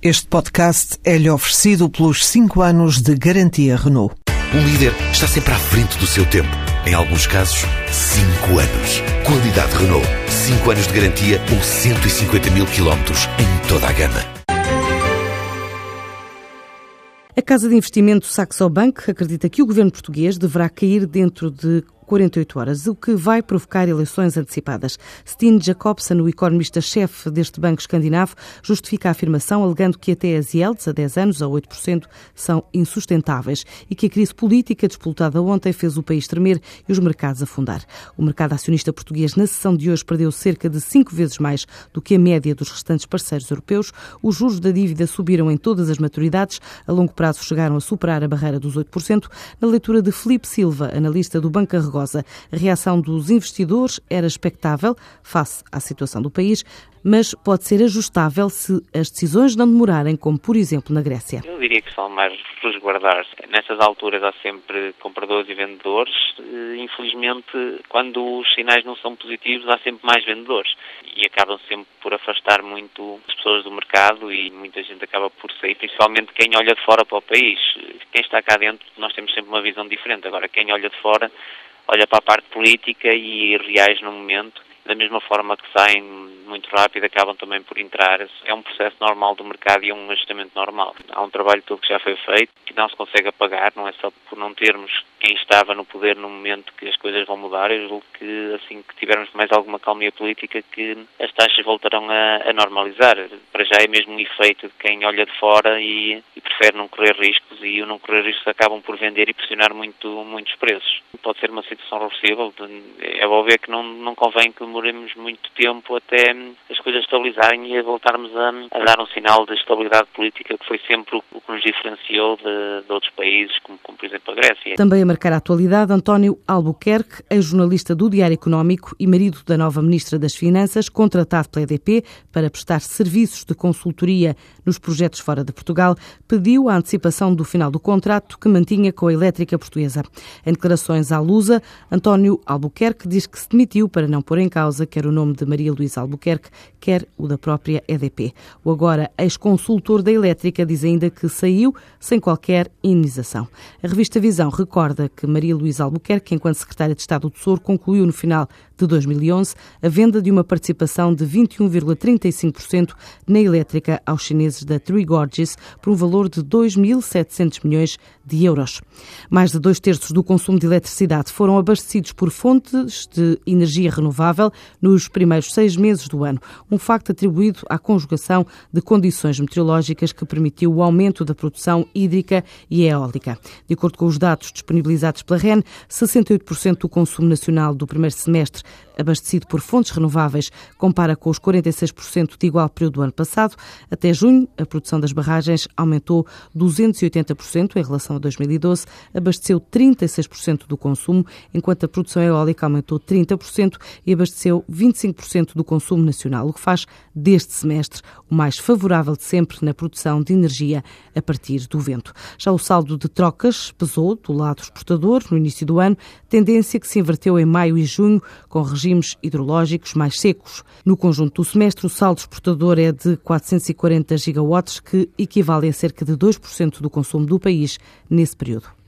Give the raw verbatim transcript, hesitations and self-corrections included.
Este podcast é-lhe oferecido pelos cinco anos de garantia Renault. Um líder está sempre à frente do seu tempo. Em alguns casos, cinco anos. Qualidade Renault. cinco anos de garantia ou cento e cinquenta mil quilómetros em toda a gama. A casa de investimento Saxo Bank acredita que o governo português deverá cair dentro de quarenta e oito horas, o que vai provocar eleições antecipadas. Steen Jacobsen, o economista-chefe deste banco escandinavo, justifica a afirmação alegando que até as yields a dez anos, a oito por cento, são insustentáveis e que a crise política disputada ontem fez o país tremer e os mercados afundar. O mercado acionista português na sessão de hoje perdeu cerca de cinco vezes mais do que a média dos restantes parceiros europeus. Os juros da dívida subiram em todas as maturidades, a longo prazo chegaram a superar a barreira dos oito por cento. Na leitura de Filipe Silva, analista do Banco Arregosa, a reação dos investidores era expectável face à situação do país, mas pode ser ajustável se as decisões não demorarem, como por exemplo na Grécia. Eu diria que são mais resguardar. Nessas alturas há sempre compradores e vendedores. Infelizmente, quando os sinais não são positivos, há sempre mais vendedores e acabam sempre por afastar muito as pessoas do mercado e muita gente acaba por sair, principalmente quem olha de fora para o país. Quem está cá dentro, nós temos sempre uma visão diferente. Agora, quem olha de fora, olha para a parte política e reais no momento. Da mesma forma que saem muito rápido, acabam também por entrar. É um processo normal do mercado e é um ajustamento normal. Há um trabalho todo que já foi feito, que não se consegue apagar, não é só por não termos quem estava no poder no momento que as coisas vão mudar. Eu julgo que assim que tivermos mais alguma calmia política, que as taxas voltarão a, a normalizar. Para já é mesmo um efeito de quem olha de fora e, e prefere não correr riscos, e o não correr riscos acabam por vender e pressionar muito, muitos preços. Pode ser uma situação reversível. É óbvio que não, não convém que demoremos muito tempo até as coisas estabilizarem e a voltarmos a, a dar um sinal de estabilidade política, que foi sempre o, o que nos diferenciou de, de outros países, como, como por exemplo a Grécia. Também a marcar a atualidade, António Albuquerque, ex-jornalista do Diário Económico e marido da nova Ministra das Finanças, contratado pela E D P para prestar serviços de consultoria nos projetos fora de Portugal, pediu a antecipação do final do contrato que mantinha com a elétrica portuguesa. Em declarações à Lusa, António Albuquerque diz que se demitiu para não pôr em causa quer o nome de Maria Luísa Albuquerque, quer o da própria E D P. O agora ex-consultor da elétrica diz ainda que saiu sem qualquer indenização. A revista Visão recorda que Maria Luísa Albuquerque, enquanto secretária de Estado do Tesouro, concluiu no final de dois mil e onze a venda de uma participação de vinte e um vírgula trinta e cinco por cento na elétrica aos chineses da Three Gorges por um valor de dois mil e setecentos milhões de euros. Mais de dois terços do consumo de eletricidade foram abastecidos por fontes de energia renovável nos primeiros seis meses do ano, um facto atribuído à conjugação de condições meteorológicas que permitiu o aumento da produção hídrica e eólica. De acordo com os dados disponibilizados pela R E N, sessenta e oito por cento do consumo nacional do primeiro semestre abastecido por fontes renováveis compara com os quarenta e seis por cento de igual período do ano passado. Até junho, a produção das barragens aumentou duzentos e oitenta por cento em relação a dois mil e doze, abasteceu trinta e seis por cento do consumo, enquanto a produção eólica aumentou trinta por cento e abasteceu vinte e cinco por cento do consumo nacional, o que faz deste semestre o mais favorável de sempre na produção de energia a partir do vento. Já o saldo de trocas pesou do lado exportador no início do ano, tendência que se inverteu em maio e junho, com regimes hidrológicos mais secos. No conjunto do semestre, o saldo exportador é de quatrocentos e quarenta gigawatts, que equivale a cerca de dois por cento do consumo do país nesse período.